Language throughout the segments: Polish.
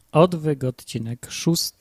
Odwyk, odcinek 6.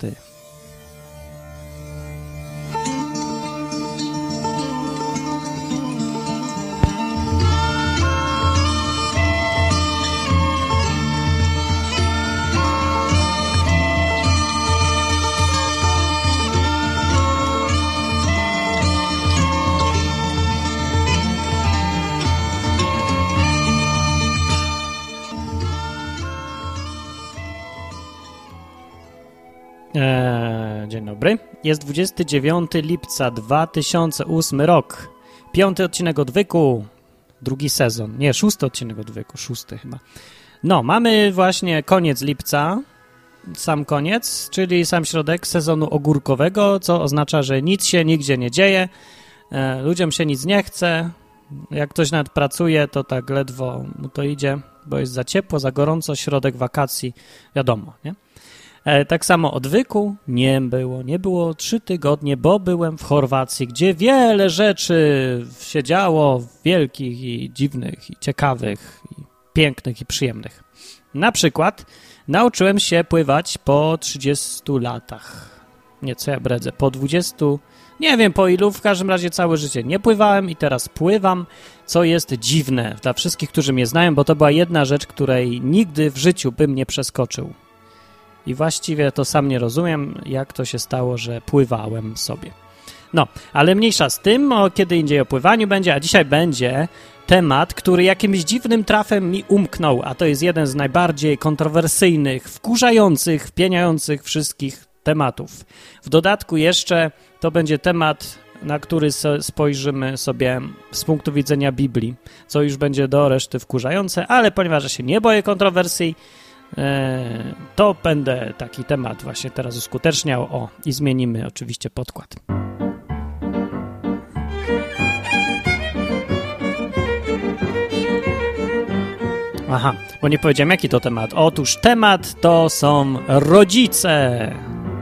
Dzień dobry. Jest 29 lipca 2008 rok. 5. odcinek Odwyku. Drugi sezon. Nie, 6. odcinek Odwyku. 6. chyba. No, mamy właśnie koniec lipca. Sam koniec, czyli sam środek sezonu ogórkowego, co oznacza, że nic się nigdzie nie dzieje. Ludziom się nic nie chce. Jak ktoś nawet pracuje, to tak ledwo mu to idzie, bo jest za ciepło, za gorąco, środek wakacji, wiadomo, nie? Tak samo Odwyku nie było 3 tygodnie, bo byłem w Chorwacji, gdzie wiele rzeczy się działo, wielkich i dziwnych, i ciekawych, i pięknych, i przyjemnych. Na przykład nauczyłem się pływać po 30 latach. Nie, co ja bredzę, po 20, nie wiem po ilu, w każdym razie całe życie nie pływałem i teraz pływam, co jest dziwne dla wszystkich, którzy mnie znają, bo to była jedna rzecz, której nigdy w życiu bym nie przeskoczył. I właściwie to sam nie rozumiem, jak to się stało, że pływałem sobie. No, ale mniejsza z tym, kiedy indziej o pływaniu będzie, a dzisiaj będzie temat, który jakimś dziwnym trafem mi umknął, a to jest jeden z najbardziej kontrowersyjnych, wkurzających, wpieniających wszystkich tematów. W dodatku jeszcze to będzie temat, na który spojrzymy sobie z punktu widzenia Biblii, co już będzie do reszty wkurzające, ale ponieważ ja się nie boję kontrowersji, to będę taki temat właśnie teraz uskuteczniał. I zmienimy oczywiście podkład. Aha, bo nie powiedziałem, jaki to temat. Otóż temat to są rodzice.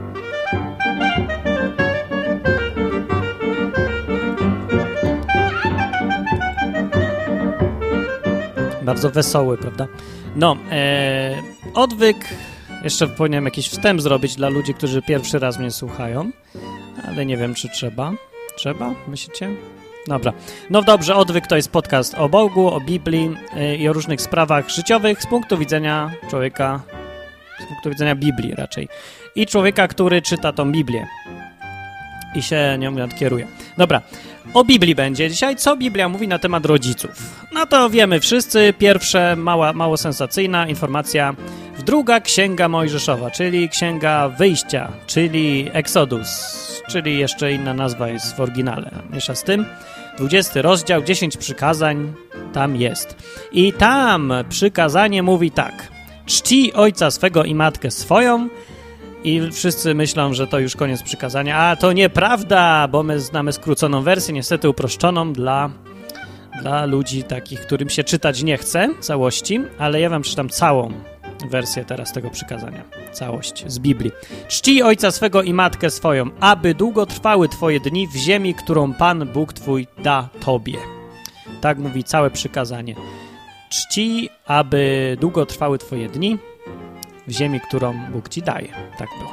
Bardzo wesoły, prawda? No, odwyk, jeszcze powinienem jakiś wstęp zrobić dla ludzi, którzy pierwszy raz mnie słuchają, ale nie wiem, czy trzeba. Trzeba? Myślicie? Dobra. No dobrze, Odwyk to jest podcast o Bogu, o Biblii i o różnych sprawach życiowych z punktu widzenia człowieka, z punktu widzenia Biblii raczej. I człowieka, który czyta tą Biblię i się nią nadkieruje. Dobra. O Biblii będzie dzisiaj. Co Biblia mówi na temat rodziców? No to wiemy wszyscy. Pierwsze, mało sensacyjna informacja. Druga Księga Mojżeszowa, czyli Księga Wyjścia, czyli Exodus, czyli jeszcze inna nazwa jest w oryginale. Mniejsza z tym. 20 rozdział, 10 przykazań tam jest. I tam przykazanie mówi tak. Czcij ojca swego i matkę swoją. I wszyscy myślą, że to już koniec przykazania, a to nieprawda, bo my znamy skróconą wersję, niestety uproszczoną dla ludzi takich, którym się czytać nie chce całości, ale ja wam przeczytam całą wersję teraz tego przykazania, całość z Biblii. Czcij ojca swego i matkę swoją, aby długo trwały twoje dni w ziemi, którą Pan Bóg twój da tobie. Tak mówi całe przykazanie. Czcij, aby długo trwały twoje dni w ziemi, którą Bóg ci daje. Tak było.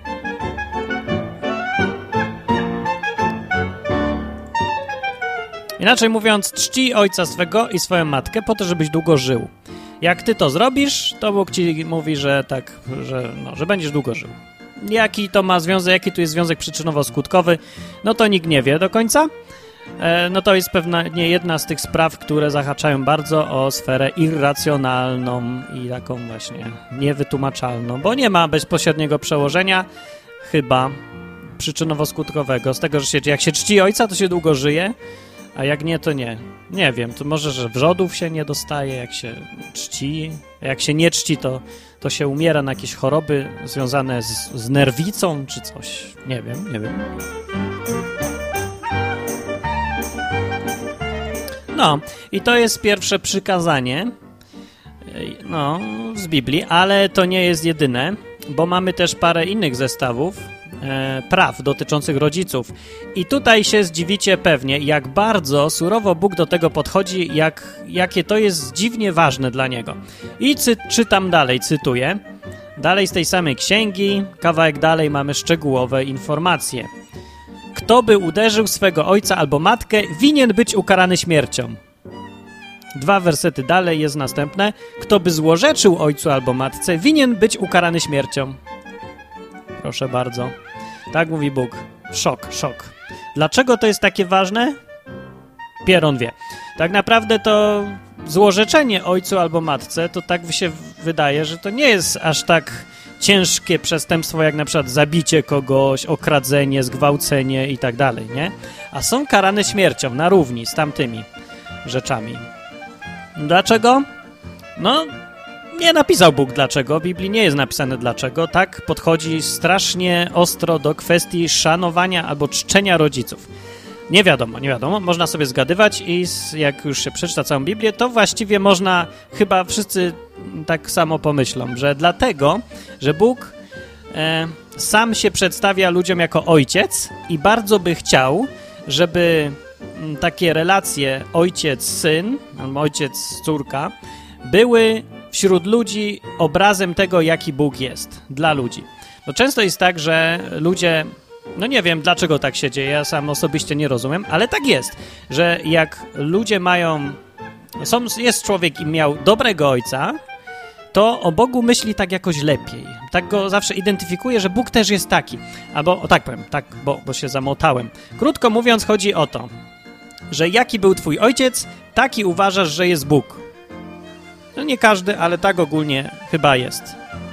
Inaczej mówiąc, czcij ojca swego i swoją matkę po to, żebyś długo żył. Jak ty to zrobisz, to Bóg ci mówi, że tak, że będziesz długo żył. Jaki to ma związek, jaki tu jest związek przyczynowo-skutkowy, no to nikt nie wie do końca. No to jest pewnie jedna z tych spraw, które zahaczają bardzo o sferę irracjonalną i taką właśnie niewytłumaczalną, bo nie ma bezpośredniego przełożenia chyba przyczynowo-skutkowego z tego, że jak się czci ojca, to się długo żyje, a jak nie, to nie. Nie wiem, to może, że wrzodów się nie dostaje, jak się czci, a jak się nie czci, to się umiera na jakieś choroby związane z nerwicą czy coś. Nie wiem. No, i to jest pierwsze przykazanie, z Biblii, ale to nie jest jedyne, bo mamy też parę innych zestawów praw dotyczących rodziców. I tutaj się zdziwicie pewnie, jak bardzo surowo Bóg do tego podchodzi, jakie to jest dziwnie ważne dla Niego. I czytam dalej, cytuję. Dalej z tej samej księgi, kawałek dalej mamy szczegółowe informacje. Kto by uderzył swego ojca albo matkę, winien być ukarany śmiercią. 2 wersety dalej jest następne. Kto by złorzeczył ojcu albo matce, winien być ukarany śmiercią. Proszę bardzo. Tak mówi Bóg. Szok. Dlaczego to jest takie ważne? Pieron wie. Tak naprawdę to złorzeczenie ojcu albo matce, to tak się wydaje, że to nie jest aż tak ciężkie przestępstwo, jak na przykład zabicie kogoś, okradzenie, zgwałcenie i tak dalej, nie? A są karane śmiercią na równi z tamtymi rzeczami. Dlaczego? No, nie napisał Bóg dlaczego, w Biblii nie jest napisane dlaczego. Tak podchodzi strasznie ostro do kwestii szanowania albo czczenia rodziców. Nie wiadomo. Można sobie zgadywać i jak już się przeczyta całą Biblię, to właściwie można, chyba wszyscy tak samo pomyślą, że dlatego, że Bóg sam się przedstawia ludziom jako ojciec i bardzo by chciał, żeby takie relacje ojciec-syn, albo ojciec-córka były wśród ludzi obrazem tego, jaki Bóg jest dla ludzi. Bo często jest tak, że ludzie, no nie wiem dlaczego tak się dzieje, ja sam osobiście nie rozumiem, ale tak jest, że jak ludzie jest człowiek i miał dobrego ojca, to o Bogu myśli tak jakoś lepiej. Tak go zawsze identyfikuje, że Bóg też jest taki. Albo, tak powiem, bo się zamotałem. Krótko mówiąc, chodzi o to, że jaki był twój ojciec, taki uważasz, że jest Bóg. No nie każdy, ale tak ogólnie chyba jest.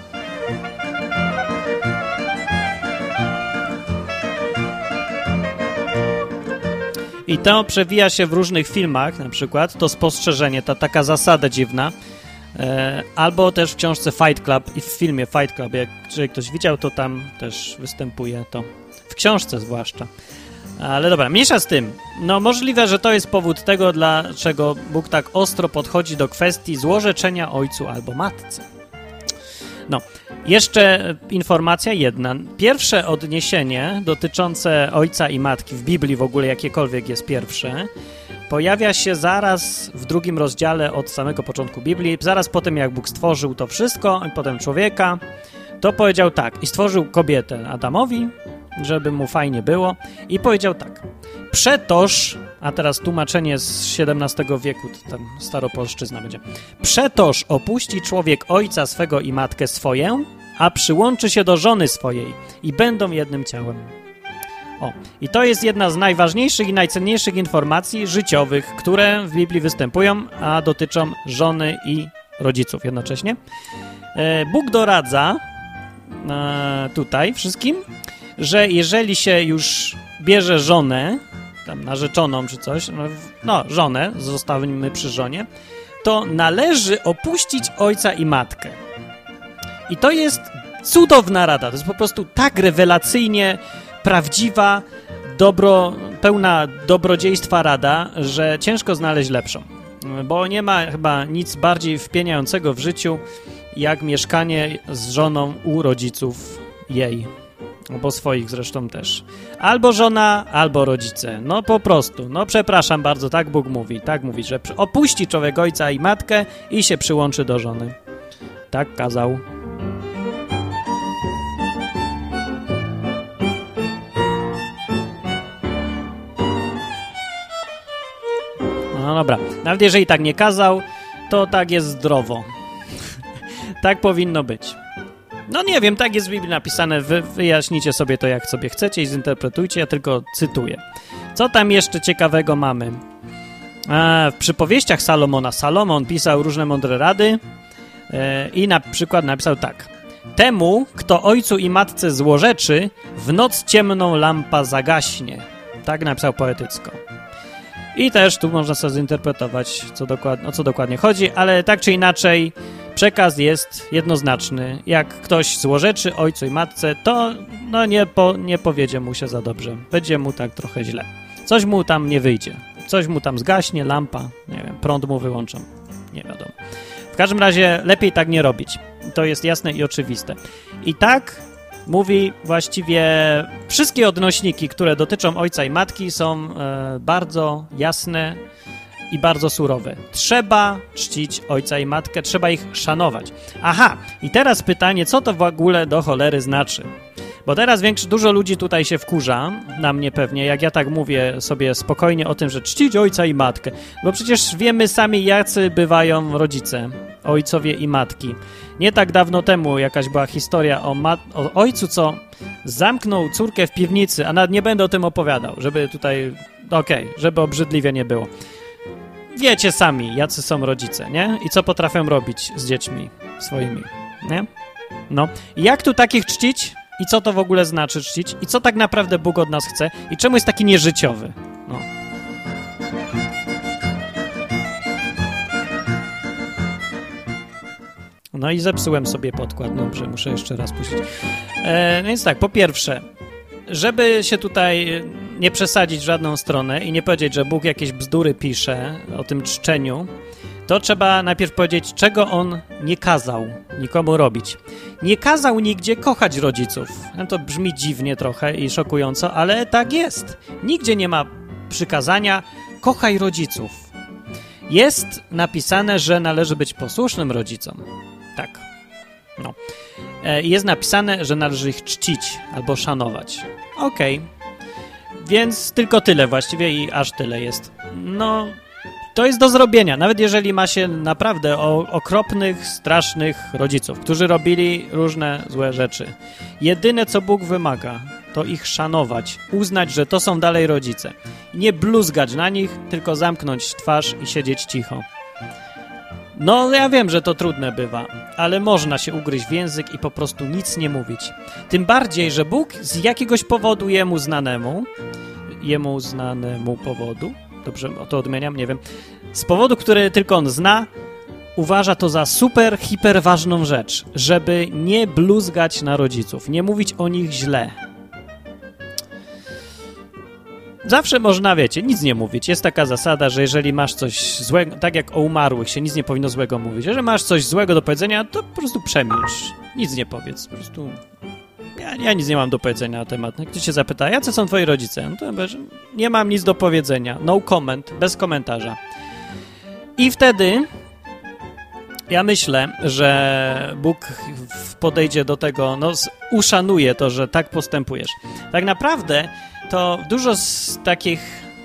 I to przewija się w różnych filmach, na przykład to spostrzeżenie, ta taka zasada dziwna, albo też w książce Fight Club i w filmie Fight Club, jak jeżeli ktoś widział, to tam też występuje to, w książce zwłaszcza. Ale dobra, mniejsza z tym. No możliwe, że to jest powód tego, dlaczego Bóg tak ostro podchodzi do kwestii złorzeczenia ojcu albo matce. No, jeszcze informacja jedna. Pierwsze odniesienie dotyczące ojca i matki w Biblii, w ogóle jakiekolwiek jest pierwsze, pojawia się zaraz w 2 rozdziale od samego początku Biblii, zaraz po tym, jak Bóg stworzył to wszystko, i potem człowieka, to powiedział tak, i stworzył kobietę Adamowi, żeby mu fajnie było, i powiedział tak, przetoż, a teraz tłumaczenie z XVII wieku, to tam staropolszczyzna będzie, przetoż opuści człowiek ojca swego i matkę swoję, a przyłączy się do żony swojej i będą jednym ciałem. O, i to jest jedna z najważniejszych i najcenniejszych informacji życiowych, które w Biblii występują, a dotyczą żony i rodziców jednocześnie. Bóg doradza tutaj wszystkim, że jeżeli się już bierze żonę, tam narzeczoną czy coś, żonę, zostawimy przy żonie, to należy opuścić ojca i matkę. I to jest cudowna rada, to jest po prostu tak rewelacyjnie prawdziwa, pełna dobrodziejstwa rada, że ciężko znaleźć lepszą. Bo nie ma chyba nic bardziej wpieniającego w życiu, jak mieszkanie z żoną u rodziców jej. Albo swoich zresztą też. Albo żona, albo rodzice. No po prostu. No przepraszam bardzo, tak Bóg mówi. Tak mówi, że opuści człowiek ojca i matkę i się przyłączy do żony. Tak kazał. No dobra. Nawet jeżeli tak nie kazał, to tak jest zdrowo. Tak powinno być. No nie wiem, tak jest w Biblii napisane, wyjaśnijcie sobie to jak sobie chcecie i zinterpretujcie, ja tylko cytuję. Co tam jeszcze ciekawego mamy? W przypowieściach Salomona. Salomon pisał różne mądre rady i na przykład napisał tak. Temu, kto ojcu i matce złorzeczy, w noc ciemną lampa zagaśnie. Tak napisał poetycko. I też tu można sobie zinterpretować, o co dokładnie chodzi, ale tak czy inaczej przekaz jest jednoznaczny. Jak ktoś złorzeczy ojcu i matce, to nie powiedzie mu się za dobrze. Będzie mu tak trochę źle. Coś mu tam nie wyjdzie. Coś mu tam zgaśnie, lampa, nie wiem, prąd mu wyłączą. Nie wiadomo. W każdym razie lepiej tak nie robić. To jest jasne i oczywiste. I tak mówi właściwie wszystkie odnośniki, które dotyczą ojca i matki są bardzo jasne i bardzo surowe. Trzeba czcić ojca i matkę, trzeba ich szanować. Aha, i teraz pytanie, co to w ogóle do cholery znaczy? Bo teraz dużo ludzi tutaj się wkurza, na mnie pewnie, jak ja tak mówię sobie spokojnie o tym, że czcić ojca i matkę. Bo przecież wiemy sami, jacy bywają rodzice, ojcowie i matki. Nie tak dawno temu jakaś była historia o ojcu, co zamknął córkę w piwnicy, a nawet nie będę o tym opowiadał, żeby tutaj, żeby obrzydliwie nie było. Wiecie sami, jacy są rodzice, nie? I co potrafią robić z dziećmi swoimi, nie? No. I jak tu takich czcić? I co to w ogóle znaczy czcić? I co tak naprawdę Bóg od nas chce? I czemu jest taki nieżyciowy? No. No i zepsułem sobie podkład. Dobrze, muszę jeszcze raz puścić. Więc tak, po pierwsze, żeby się tutaj nie przesadzić w żadną stronę i nie powiedzieć, że Bóg jakieś bzdury pisze o tym czczeniu, to trzeba najpierw powiedzieć, czego On nie kazał nikomu robić. Nie kazał nigdzie kochać rodziców. No to brzmi dziwnie trochę i szokująco, ale tak jest. Nigdzie nie ma przykazania kochaj rodziców. Jest napisane, że należy być posłusznym rodzicom. Tak. No. Jest napisane, że należy ich czcić albo szanować. Okej. Więc tylko tyle właściwie i aż tyle jest. No, to jest do zrobienia, nawet jeżeli ma się naprawdę okropnych, strasznych rodziców, którzy robili różne złe rzeczy. Jedyne, co Bóg wymaga, to ich szanować, uznać, że to są dalej rodzice. Nie bluzgać na nich, tylko zamknąć twarz i siedzieć cicho. No, ja wiem, że to trudne bywa, ale można się ugryźć w język i po prostu nic nie mówić. Tym bardziej, że Bóg z jakiegoś powodu jemu znanemu powodu, dobrze to odmieniam, nie wiem, z powodu, który tylko on zna, uważa to za super, hiper ważną rzecz, żeby nie bluzgać na rodziców, nie mówić o nich źle. Zawsze można, wiecie, nic nie mówić. Jest taka zasada, że jeżeli masz coś złego, tak jak o umarłych się nic nie powinno złego mówić. Jeżeli masz coś złego do powiedzenia, to po prostu przemilcz. Nic nie powiedz, po prostu... Ja nic nie mam do powiedzenia na temat. Jak ktoś się zapyta, jacy są twoi rodzice? No to ja nie mam nic do powiedzenia. No comment, bez komentarza. I wtedy ja myślę, że Bóg podejdzie do tego, uszanuje to, że tak postępujesz. Tak naprawdę to dużo z takich...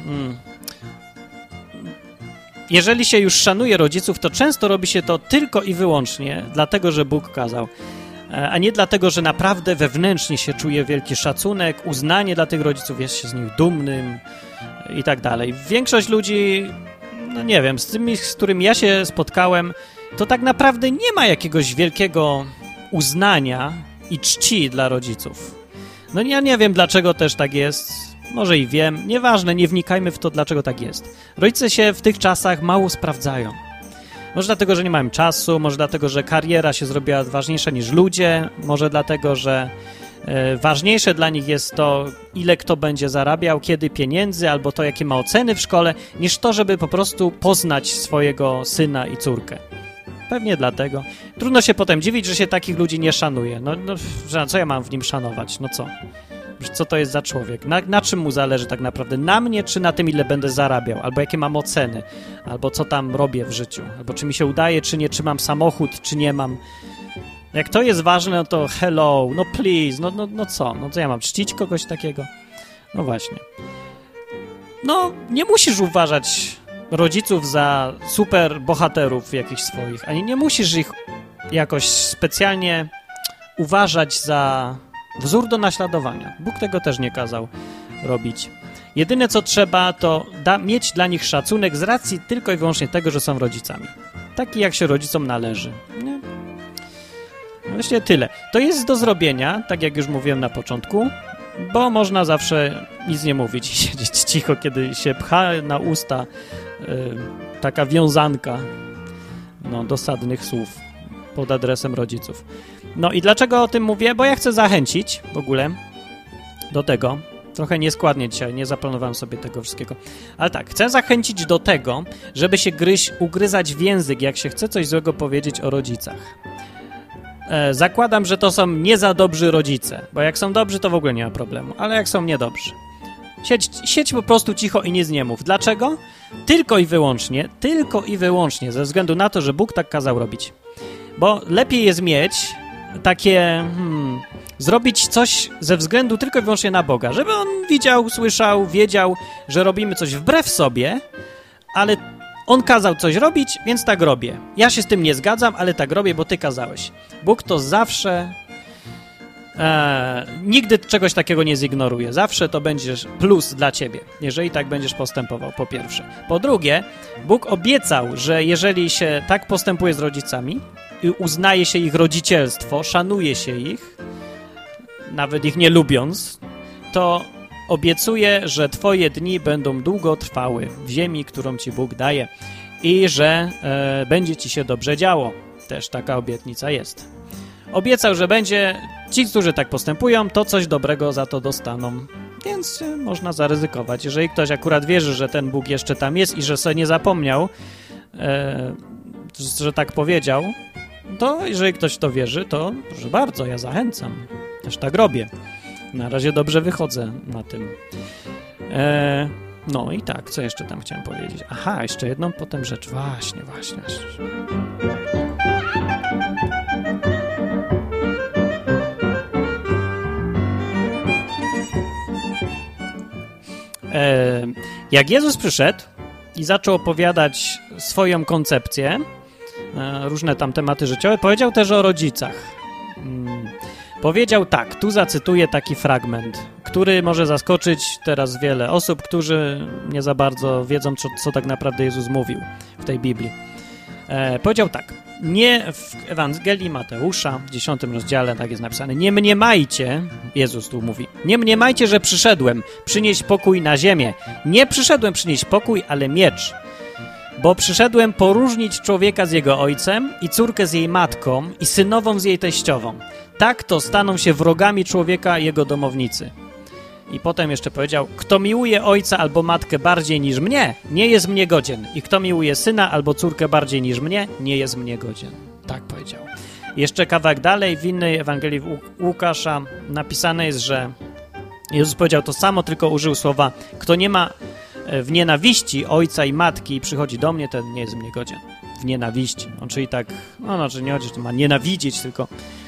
Jeżeli się już szanuje rodziców, to często robi się to tylko i wyłącznie dlatego, że Bóg kazał. A nie dlatego, że naprawdę wewnętrznie się czuje wielki szacunek, uznanie dla tych rodziców, jest się z nich dumnym i tak dalej. Większość ludzi, no nie wiem, z tymi, z którymi ja się spotkałem, to tak naprawdę nie ma jakiegoś wielkiego uznania i czci dla rodziców. No ja nie wiem, dlaczego też tak jest, może i wiem, nieważne, nie wnikajmy w to, dlaczego tak jest. Rodzice się w tych czasach mało sprawdzają. Może dlatego, że nie mają czasu, może dlatego, że kariera się zrobiła ważniejsza niż ludzie, może dlatego, że ważniejsze dla nich jest to, ile kto będzie zarabiał, kiedy pieniędzy, albo to, jakie ma oceny w szkole, niż to, żeby po prostu poznać swojego syna i córkę. Pewnie dlatego. Trudno się potem dziwić, że się takich ludzi nie szanuje. Co ja mam w nim szanować? No co? Co to jest za człowiek? Na czym mu zależy tak naprawdę? Na mnie, czy na tym, ile będę zarabiał? Albo jakie mam oceny? Albo co tam robię w życiu? Albo czy mi się udaje, czy nie? Czy mam samochód, czy nie mam? Jak to jest ważne, no to hello, no please, no co? No co ja mam? Czcić kogoś takiego? No właśnie. No, nie musisz uważać rodziców za super bohaterów jakichś swoich, ani nie musisz ich jakoś specjalnie uważać za wzór do naśladowania. Bóg tego też nie kazał robić. Jedyne, co trzeba, to mieć dla nich szacunek z racji tylko i wyłącznie tego, że są rodzicami. Taki, jak się rodzicom należy. Nie? Właśnie tyle. To jest do zrobienia, tak jak już mówiłem na początku, bo można zawsze nic nie mówić i siedzieć cicho, kiedy się pcha na usta taka wiązanka dosadnych słów pod adresem rodziców. No i dlaczego o tym mówię? Bo ja chcę zachęcić w ogóle do tego. Trochę nieskładnie dzisiaj, nie zaplanowałem sobie tego wszystkiego. Ale tak, chcę zachęcić do tego, żeby się ugryzać w język, jak się chce coś złego powiedzieć o rodzicach. Zakładam, że to są nie za dobrzy rodzice, bo jak są dobrzy, to w ogóle nie ma problemu, ale jak są niedobrzy, Siedź po prostu cicho i nic nie mów. Dlaczego? Tylko i wyłącznie ze względu na to, że Bóg tak kazał robić. Bo lepiej jest mieć takie... zrobić coś ze względu tylko i wyłącznie na Boga, żeby On widział, słyszał, wiedział, że robimy coś wbrew sobie, ale On kazał coś robić, więc tak robię. Ja się z tym nie zgadzam, ale tak robię, bo Ty kazałeś. Bóg to zawsze... nigdy czegoś takiego nie zignoruje. Zawsze to będzie plus dla ciebie, jeżeli tak będziesz postępował, po pierwsze. Po drugie, Bóg obiecał, że jeżeli się tak postępuje z rodzicami i uznaje się ich rodzicielstwo, szanuje się ich, nawet ich nie lubiąc, to obiecuje, że twoje dni będą długo trwały w ziemi, którą ci Bóg daje i że będzie ci się dobrze działo. Też taka obietnica jest. Obiecał, że będzie ci, którzy tak postępują, to coś dobrego za to dostaną. Więc można zaryzykować. Jeżeli ktoś akurat wierzy, że ten Bóg jeszcze tam jest i że sobie nie zapomniał, że tak powiedział, to jeżeli ktoś w to wierzy, to proszę bardzo, ja zachęcam. Też tak robię. Na razie dobrze wychodzę na tym. No i tak, co jeszcze tam chciałem powiedzieć? Aha, jeszcze jedną potem rzecz. Właśnie. Jak Jezus przyszedł i zaczął opowiadać swoją koncepcję, różne tam tematy życiowe, powiedział też o rodzicach. Powiedział tak, tu zacytuję taki fragment, który może zaskoczyć teraz wiele osób, którzy nie za bardzo wiedzą, co tak naprawdę Jezus mówił w tej Biblii. Powiedział tak, nie w Ewangelii Mateusza, w 10 rozdziale, tak jest napisane, nie mniemajcie, Jezus tu mówi, nie mniemajcie, że przyszedłem przynieść pokój na ziemię. Nie przyszedłem przynieść pokój, ale miecz. Bo przyszedłem poróżnić człowieka z jego ojcem i córkę z jej matką i synową z jej teściową. Tak to staną się wrogami człowieka i jego domownicy. I potem jeszcze powiedział, kto miłuje ojca albo matkę bardziej niż mnie, nie jest mnie godzien. I kto miłuje syna albo córkę bardziej niż mnie, nie jest mnie godzien. Tak powiedział. Jeszcze kawałek dalej, w innej Ewangelii Łukasza napisane jest, że Jezus powiedział to samo, tylko użył słowa, kto nie ma w nienawiści ojca i matki i przychodzi do mnie, ten nie jest mnie godzien. W nienawiści. On czyli tak, znaczy nie chodzi, że ma nienawidzieć, tylko...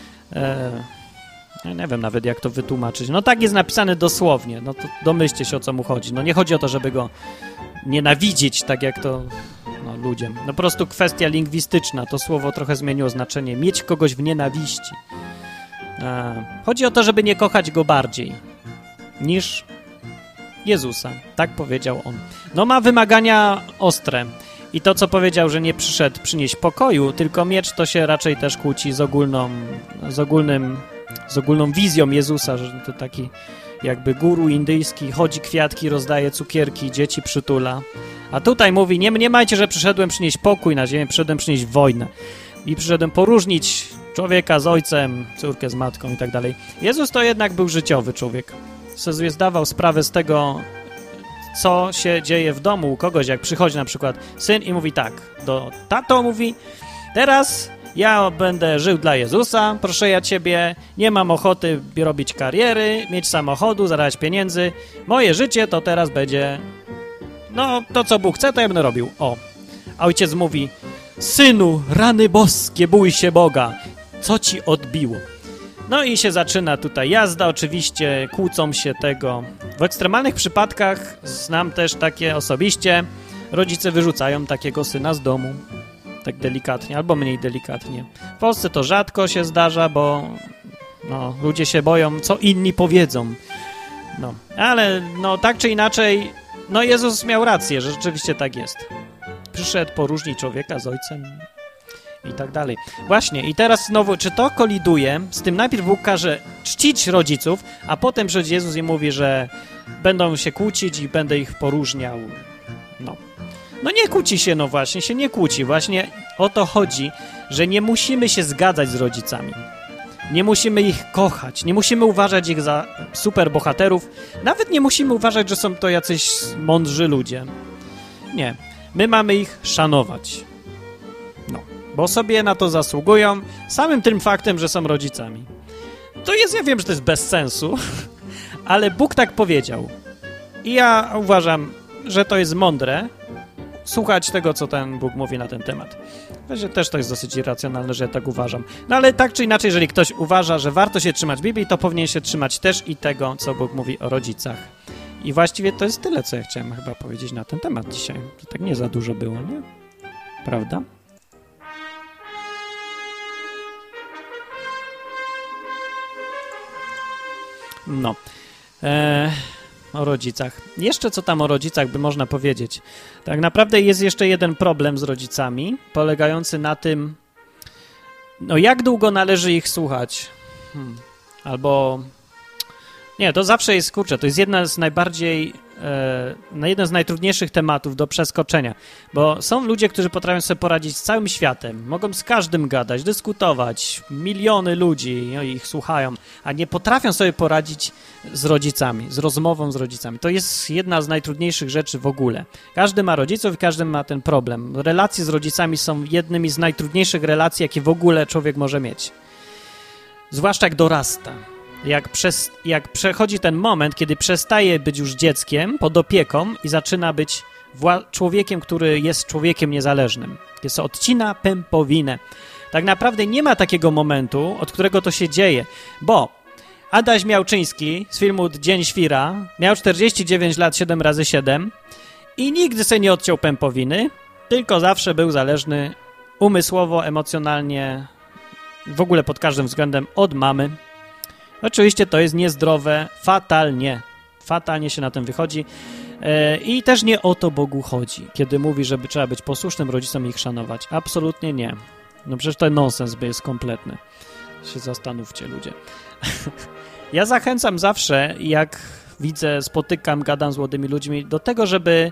nie wiem nawet, jak to wytłumaczyć. No tak jest napisane dosłownie. No to domyślcie się, o co mu chodzi. No nie chodzi o to, żeby go nienawidzieć, tak jak to ludziom. No po prostu kwestia lingwistyczna. To słowo trochę zmieniło znaczenie. Mieć kogoś w nienawiści. Chodzi o to, żeby nie kochać go bardziej niż Jezusa. Tak powiedział on. No ma wymagania ostre. I to, co powiedział, że nie przyszedł przynieść pokoju, tylko miecz, to się raczej też kłóci z ogólną wizją Jezusa, że to taki jakby guru indyjski, chodzi kwiatki, rozdaje cukierki, dzieci przytula. A tutaj mówi, nie mniemajcie, że przyszedłem przynieść pokój na ziemię, przyszedłem przynieść wojnę. I przyszedłem poróżnić człowieka z ojcem, córkę z matką i tak dalej. Jezus to jednak był życiowy człowiek. Sobie zdawał sprawę z tego, co się dzieje w domu u kogoś, jak przychodzi na przykład syn i mówi tak, do tato mówi, teraz ja będę żył dla Jezusa, proszę ja ciebie, nie mam ochoty robić kariery, mieć samochodu, zarabiać pieniędzy, moje życie to teraz będzie, to co Bóg chce, to ja będę robił. A ojciec mówi, synu, rany boskie, bój się Boga, co ci odbiło? No i się zaczyna tutaj jazda, oczywiście kłócą się tego. W ekstremalnych przypadkach znam też takie osobiście, rodzice wyrzucają takiego syna z domu, tak delikatnie, albo mniej delikatnie. W Polsce to rzadko się zdarza, bo ludzie się boją, co inni powiedzą. Ale tak czy inaczej, Jezus miał rację, że rzeczywiście tak jest. Przyszedł poróżnić człowieka z ojcem i tak dalej. Właśnie, i teraz znowu, czy to koliduje z tym, najpierw Bóg każe czcić rodziców, a potem przychodzi Jezus i mówi, że będą się kłócić i będę ich poróżniał. No nie kłóci się, właśnie się nie kłóci. Właśnie o to chodzi, że nie musimy się zgadzać z rodzicami. Nie musimy ich kochać, nie musimy uważać ich za super bohaterów, nawet nie musimy uważać, że są to jacyś mądrzy ludzie. Nie, my mamy ich szanować. Bo sobie na to zasługują samym tym faktem, że są rodzicami. To jest, ja wiem, że to jest bez sensu, ale Bóg tak powiedział. I ja uważam, że to jest mądre słuchać tego, co ten Bóg mówi na ten temat. Właśnie też to jest dosyć irracjonalne, że ja tak uważam. No ale tak czy inaczej, jeżeli ktoś uważa, że warto się trzymać Biblii, to powinien się trzymać też i tego, co Bóg mówi o rodzicach. I właściwie to jest tyle, co ja chciałem chyba powiedzieć na ten temat dzisiaj. To tak nie za dużo było, nie? Prawda? No. O rodzicach. Jeszcze co tam o rodzicach by można powiedzieć? Tak naprawdę jest jeszcze jeden problem z rodzicami, polegający na tym, no jak długo należy ich słuchać? Albo... Nie, to zawsze jest, kurczę, to jest jedna z najbardziej, jeden z najtrudniejszych tematów do przeskoczenia, bo są ludzie, którzy potrafią sobie poradzić z całym światem, mogą z każdym gadać, dyskutować, miliony ludzi ich słuchają, a nie potrafią sobie poradzić z rodzicami, z rozmową z rodzicami. To jest jedna z najtrudniejszych rzeczy w ogóle. Każdy ma rodziców i każdy ma ten problem. Relacje z rodzicami są jednymi z najtrudniejszych relacji, jakie w ogóle człowiek może mieć. Zwłaszcza jak dorasta. Jak przechodzi ten moment, kiedy przestaje być już dzieckiem pod opieką i zaczyna być człowiekiem, który jest człowiekiem niezależnym. Kiedy się odcina pępowinę. Tak naprawdę nie ma takiego momentu, od którego to się dzieje, bo Adaś Miałczyński z filmu Dzień Świra miał 49 lat 7 razy 7 i nigdy sobie nie odciął pępowiny, tylko zawsze był zależny umysłowo, emocjonalnie, w ogóle pod każdym względem od mamy. Oczywiście to jest niezdrowe, fatalnie się na tym wychodzi i też nie o to Bogu chodzi, kiedy mówi, żeby trzeba być posłusznym rodzicom i ich szanować. Absolutnie nie. No przecież to nonsens jest kompletny. Się zastanówcie, ludzie. Ja zachęcam zawsze, jak widzę, spotykam, gadam z młodymi ludźmi, do tego, żeby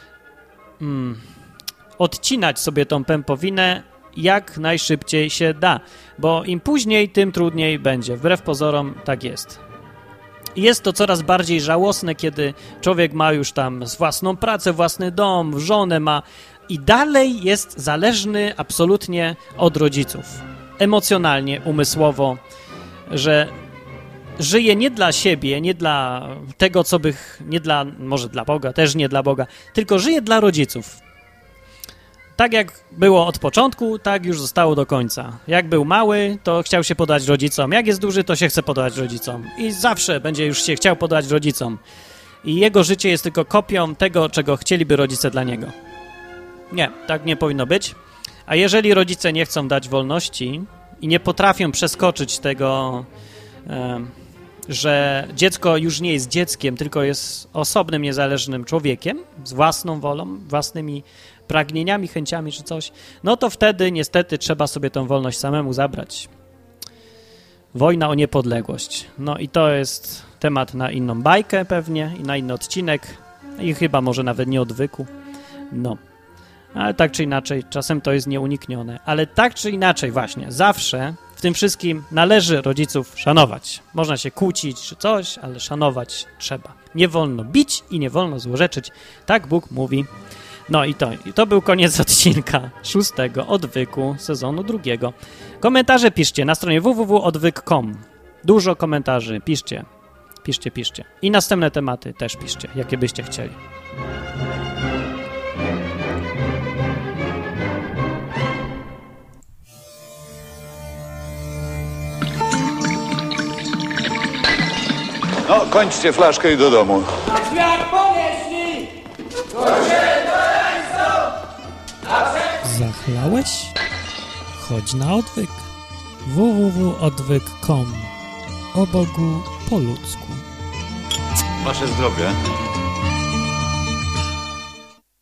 odcinać sobie tą pępowinę jak najszybciej się da, bo im później, tym trudniej będzie. Wbrew pozorom tak jest. Jest to coraz bardziej żałosne, kiedy człowiek ma już tam własną pracę, własny dom, żonę ma i dalej jest zależny absolutnie od rodziców. Emocjonalnie, umysłowo, że żyje nie dla siebie, nie dla tego, co by... może dla Boga, też nie dla Boga, tylko żyje dla rodziców. Tak jak było od początku, tak już zostało do końca. Jak był mały, to chciał się podać rodzicom. Jak jest duży, to się chce podać rodzicom. I zawsze będzie już się chciał podać rodzicom. I jego życie jest tylko kopią tego, czego chcieliby rodzice dla niego. Nie, tak nie powinno być. A jeżeli rodzice nie chcą dać wolności i nie potrafią przeskoczyć tego, że dziecko już nie jest dzieckiem, tylko jest osobnym, niezależnym człowiekiem, z własną wolą, własnymi pragnieniami, chęciami czy coś, no to wtedy niestety trzeba sobie tą wolność samemu zabrać. Wojna o niepodległość. No i to jest temat na inną bajkę pewnie i na inny odcinek i chyba może nawet nie odwyku. No. Ale tak czy inaczej, czasem to jest nieuniknione. Ale tak czy inaczej właśnie, zawsze w tym wszystkim należy rodziców szanować. Można się kłócić czy coś, ale szanować trzeba. Nie wolno bić i nie wolno złorzeczyć. Tak Bóg mówi. No i to był koniec odcinka 6 odwyku sezonu 2. Komentarze piszcie na stronie www.odwyk.com. Dużo komentarzy, piszcie. I następne tematy też piszcie, jakie byście chcieli. No, kończcie flaszkę i do domu. Świat ponieśli! Zachlałeś? Chodź na odwyk. www.odwyk.com. O Bogu po ludzku. Wasze zdrowie.